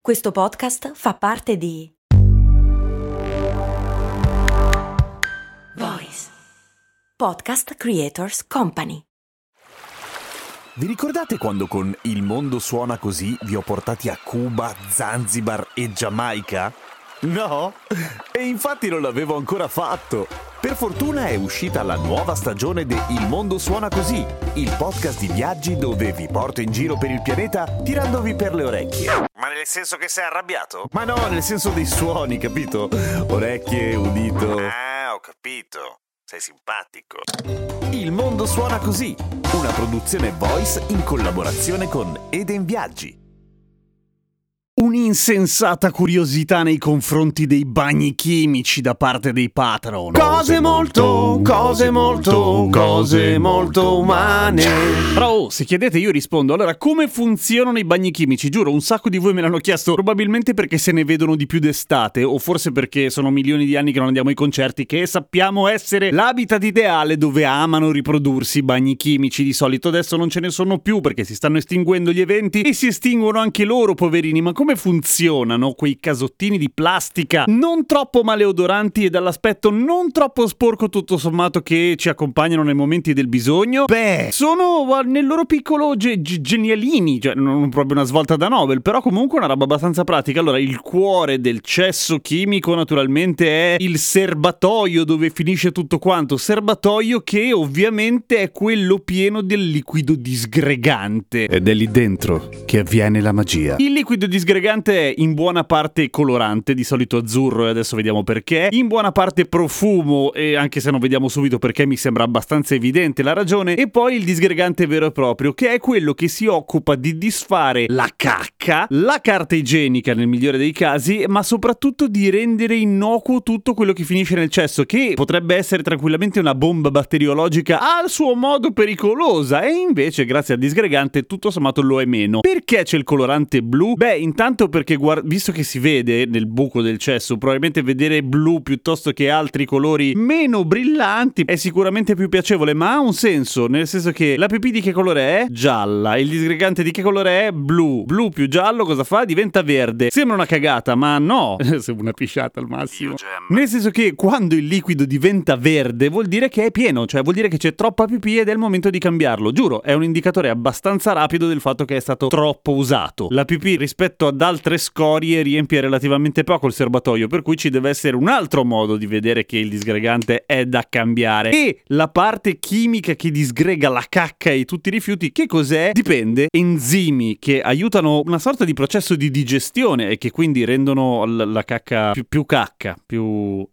Questo podcast fa parte di Voice Podcast Creators Company. Vi ricordate quando con Il mondo suona così vi ho portati a Cuba, Zanzibar e Giamaica? No? E infatti non l'avevo ancora fatto. Per fortuna è uscita la nuova stagione di Il mondo suona così, il podcast di viaggi dove vi porto in giro per il pianeta tirandovi per le orecchie. Ma nel senso che sei arrabbiato? Ma no, nel senso dei suoni, capito? Orecchie, udito. Ah, ho capito. Sei simpatico. Il mondo suona così, una produzione Voice in collaborazione con Eden Viaggi. Un'insensata curiosità nei confronti dei bagni chimici da parte dei patron. Cose molto umane. Però se chiedete io rispondo. Allora, come funzionano i bagni chimici? Giuro, un sacco di voi me l'hanno chiesto. Probabilmente perché se ne vedono di più d'estate, o forse perché sono milioni di anni che non andiamo ai concerti, che sappiamo essere l'habitat ideale dove amano riprodursi i bagni chimici. Di solito adesso non ce ne sono più perché si stanno estinguendo gli eventi e si estinguono anche loro, poverini. Ma come funzionano quei casottini di plastica non troppo maleodoranti e dall'aspetto non troppo sporco tutto sommato che ci accompagnano nei momenti del bisogno? Beh, sono nel loro piccolo genialini, cioè non proprio una svolta da Nobel, però comunque una roba abbastanza pratica. Allora, il cuore del cesso chimico naturalmente è il serbatoio dove finisce tutto quanto, serbatoio che ovviamente è quello pieno del liquido disgregante. Ed è lì dentro che avviene la magia. Il liquido disgregante è in buona parte colorante, di solito azzurro, e adesso vediamo perché, in buona parte profumo, e anche se non vediamo subito perché mi sembra abbastanza evidente la ragione, e poi il disgregante vero e proprio, che è quello che si occupa di disfare la cacca, la carta igienica nel migliore dei casi, ma soprattutto di rendere innocuo tutto quello che finisce nel cesso, che potrebbe essere tranquillamente una bomba batteriologica al suo modo pericolosa, e invece grazie al disgregante tutto sommato lo è meno. Perché c'è il colorante blu? Beh, intanto perché visto che si vede nel buco del cesso, probabilmente vedere blu piuttosto che altri colori meno brillanti è sicuramente più piacevole, ma ha un senso, nel senso che la pipì di che colore è? Gialla. Il disgregante di che colore è? Blu. Blu più giallo cosa fa? Diventa verde. Sembra una cagata, ma no. Sembra una pisciata al massimo. Nel senso che quando il liquido diventa verde vuol dire che è pieno, cioè vuol dire che c'è troppa pipì ed è il momento di cambiarlo. Giuro, è un indicatore abbastanza rapido del fatto che è stato troppo usato. La pipì rispetto ad altre scorie riempie relativamente poco il serbatoio, per cui ci deve essere un altro modo di vedere che il disgregante è da cambiare. E la parte chimica che disgrega la cacca e tutti i rifiuti, che cos'è? Dipende. Enzimi che aiutano una sorta di processo di digestione e che quindi rendono la cacca più cacca, più...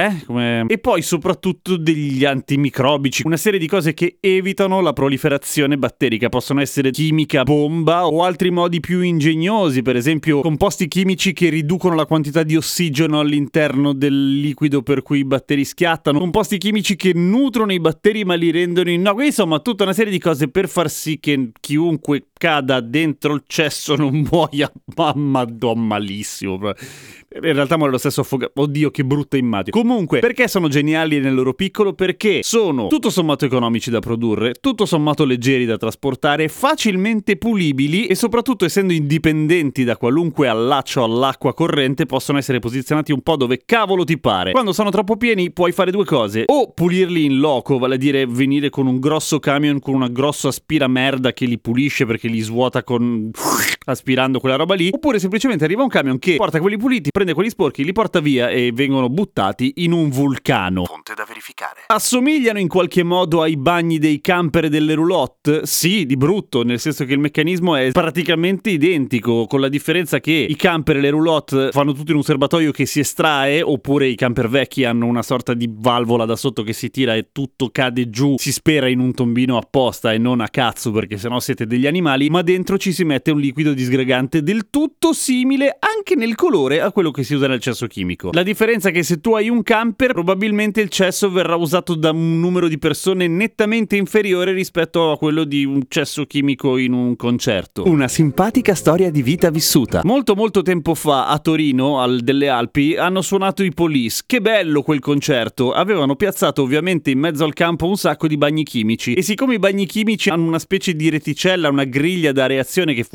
E poi soprattutto degli antimicrobici, una serie di cose che evitano la proliferazione batterica. Possono essere chimica bomba o altri modi più ingegnosi, per esempio composti chimici che riducono la quantità di ossigeno all'interno del liquido per cui i batteri schiattano, composti chimici che nutrono i batteri ma li rendono innocui, insomma tutta una serie di cose per far sì che chiunque cada dentro il cesso non muoia. Mamma, malissimo. In realtà muore lo stesso affogato. Oddio, che brutta immagine. Comunque, perché sono geniali nel loro piccolo? Perché sono tutto sommato economici da produrre, tutto sommato leggeri da trasportare, facilmente pulibili e soprattutto essendo indipendenti da qualunque allaccio all'acqua corrente possono essere posizionati un po' dove cavolo ti pare. Quando sono troppo pieni puoi fare due cose: o pulirli in loco, vale a dire venire con un grosso camion con una grossa aspiramerda che li pulisce perché li svuota con... aspirando quella roba lì, oppure semplicemente arriva un camion che porta quelli puliti, prende quelli sporchi, li porta via e vengono buttati in un vulcano. Fonte da verificare. Assomigliano in qualche modo ai bagni dei camper e delle roulotte? Sì, di brutto, nel senso che il meccanismo è praticamente identico, con la differenza che i camper e le roulotte fanno tutto in un serbatoio che si estrae, oppure i camper vecchi hanno una sorta di valvola da sotto che si tira e tutto cade giù, si spera in un tombino apposta e non a cazzo perché sennò siete degli animali, ma dentro ci si mette un liquido disgregante del tutto simile anche nel colore a quello che si usa nel cesso chimico. La differenza è che se tu hai un camper, probabilmente il cesso verrà usato da un numero di persone nettamente inferiore rispetto a quello di un cesso chimico in un concerto. Una simpatica storia di vita vissuta. Molto tempo fa a Torino, delle Alpi, hanno suonato i Police. Che bello quel concerto! Avevano piazzato ovviamente in mezzo al campo un sacco di bagni chimici e siccome i bagni chimici hanno una specie di reticella, una griglia da reazione che funge anche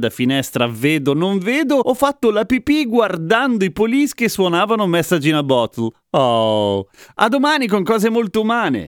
da finestra vedo non vedo, ho fatto la pipì guardando i police che suonavano Message in a Bottle. Oh, a domani con cose molto umane.